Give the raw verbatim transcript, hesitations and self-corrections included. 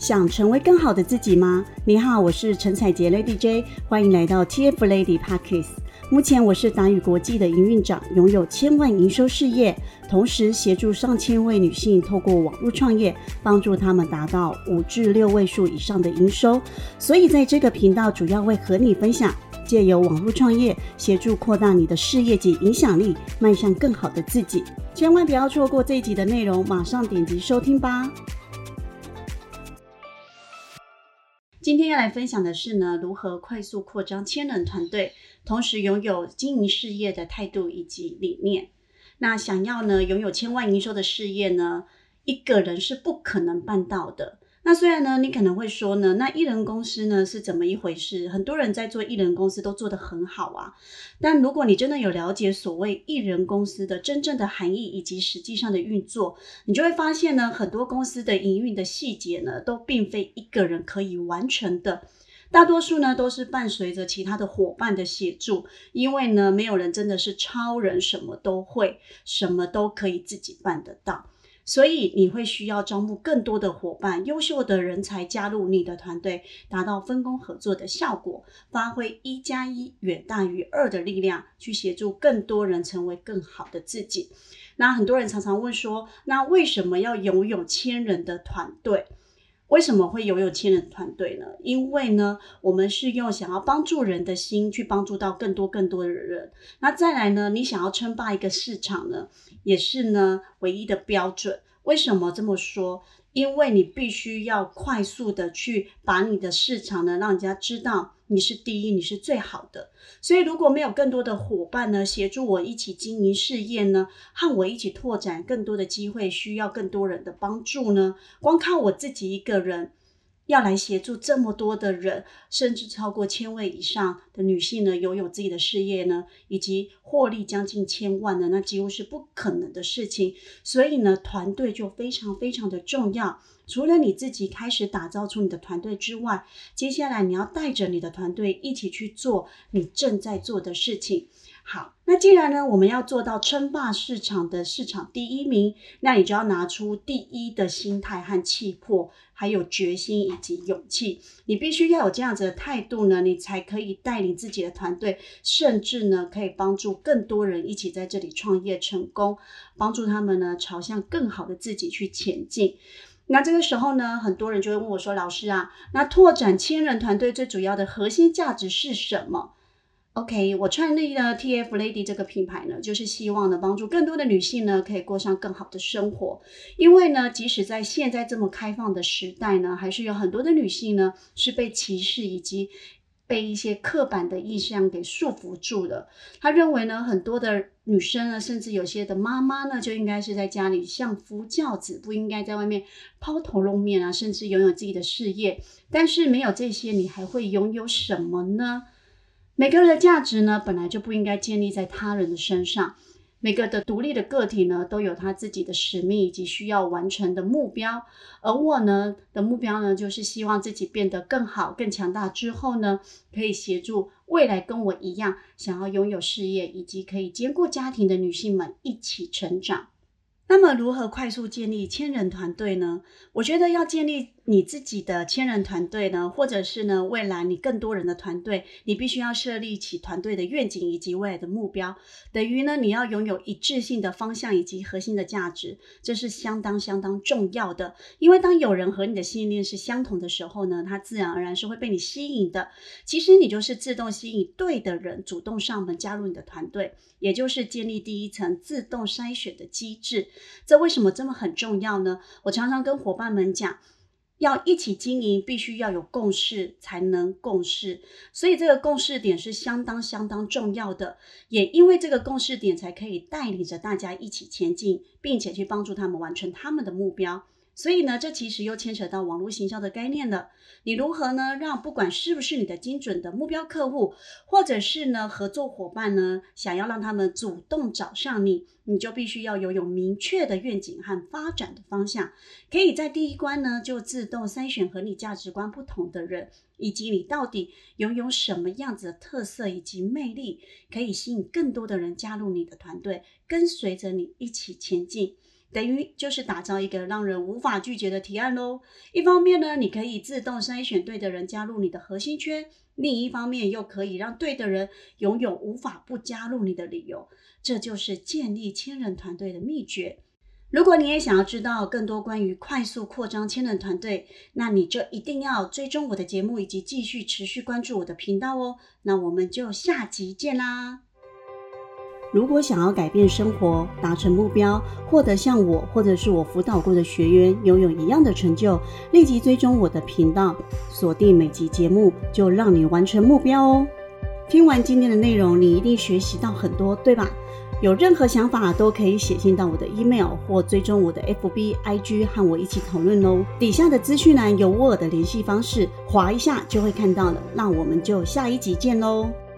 想成为更好的自己吗？你好，我是陈彩杰 Lady J， 欢迎来到 T F Lady Podcast。目前我是达宇国际的营运长，拥有千万营收事业，同时协助上千位女性透过网络创业，帮助她们达到五至六位数以上的营收。所以在这个频道主要会和你分享，借由网络创业，协助扩大你的事业及影响力，迈向更好的自己。千万不要错过这一集的内容，马上点击收听吧。今天要来分享的是呢，如何快速扩张千人团队，同时拥有经营事业的态度以及理念。那想要呢拥有千万营收的事业呢，一个人是不可能办到的。那虽然呢，你可能会说呢，那艺人公司呢是怎么一回事？很多人在做艺人公司都做得很好啊。但如果你真的有了解所谓艺人公司的真正的含义以及实际上的运作，你就会发现呢，很多公司的营运的细节呢，都并非一个人可以完成的。大多数呢都是伴随着其他的伙伴的协助，因为呢，没有人真的是超人，什么都会，什么都可以自己办得到。所以你会需要招募更多的伙伴，优秀的人才加入你的团队，达到分工合作的效果，发挥一加一远大于二的力量，去协助更多人成为更好的自己。那很多人常常问说，那为什么要拥有千人的团队？为什么会拥有千人团队呢？因为呢，我们是用想要帮助人的心去帮助到更多更多的人。那再来呢，你想要称霸一个市场呢，也是呢唯一的标准。为什么这么说？因为你必须要快速的去把你的市场呢，让人家知道你是第一，你是最好的。所以如果没有更多的伙伴呢，协助我一起经营事业呢，和我一起拓展更多的机会，需要更多人的帮助呢，光靠我自己一个人要来协助这么多的人，甚至超过千位以上的女性呢，拥有自己的事业呢，以及获利将近千万呢，那几乎是不可能的事情。所以呢，团队就非常非常的重要。除了你自己开始打造出你的团队之外，接下来你要带着你的团队一起去做你正在做的事情。好，那既然呢，我们要做到称霸市场的市场第一名，那你就要拿出第一的心态和气魄，还有决心以及勇气。你必须要有这样子的态度呢，你才可以带领自己的团队，甚至呢，可以帮助更多人一起在这里创业成功，帮助他们呢，朝向更好的自己去前进。那这个时候呢，很多人就会问我说，老师啊，那拓展千人团队最主要的核心价值是什么？OK， 我创立了 T F Lady 这个品牌呢，就是希望呢帮助更多的女性呢可以过上更好的生活。因为呢，即使在现在这么开放的时代呢，还是有很多的女性呢是被歧视以及被一些刻板的印象给束缚住了。他认为呢，很多的女生呢，甚至有些的妈妈呢，就应该是在家里相夫教子，不应该在外面抛头露面啊，甚至拥有自己的事业。但是没有这些，你还会拥有什么呢？每个人的价值呢，本来就不应该建立在他人的身上。每个的独立的个体呢，都有他自己的使命以及需要完成的目标。而我呢的目标呢，就是希望自己变得更好、更强大之后呢，可以协助未来跟我一样想要拥有事业以及可以兼顾家庭的女性们一起成长。那么如何快速建立千人团队呢？我觉得要建立你自己的千人团队呢，或者是呢未来你更多人的团队，你必须要设立起团队的愿景以及未来的目标，等于呢你要拥有一致性的方向以及核心的价值，这是相当相当重要的。因为当有人和你的信念是相同的时候呢，他自然而然是会被你吸引的。其实你就是自动吸引对的人主动上门加入你的团队，也就是建立第一层自动筛选的机制。这为什么这么很重要呢？我常常跟伙伴们讲，要一起经营，必须要有共识才能共事，所以这个共识点是相当相当重要的。也因为这个共识点，才可以带领着大家一起前进，并且去帮助他们完成他们的目标。所以呢，这其实又牵扯到网络行销的概念了。你如何呢，让不管是不是你的精准的目标客户，或者是呢合作伙伴呢，想要让他们主动找上你，你就必须要拥有明确的愿景和发展的方向，可以在第一关呢就自动筛选和你价值观不同的人，以及你到底拥有什么样子的特色以及魅力，可以吸引更多的人加入你的团队，跟随着你一起前进。 等于就是打造一个让人无法拒绝的提案咯。一方面呢，你可以自动筛选对的人加入你的核心圈，另一方面又可以让对的人拥有无法不加入你的理由，这就是建立千人团队的秘诀。如果你也想要知道更多关于快速扩张千人团队，那你就一定要追踪我的节目，以及继续持续关注我的频道哦。那我们就下集见啦！如果想要改变生活，达成目标，获得像我或者是我辅导过的学员拥有一样的成就，立即追踪我的频道，锁定每集节目，就让你完成目标哦。听完今天的内容，你一定学习到很多，对吧？有任何想法都可以写信到我的 email 或追踪我的 F B、I G 和我一起讨论咯。底下的资讯栏有我的联系方式，滑一下就会看到了。那我们就下一集见咯。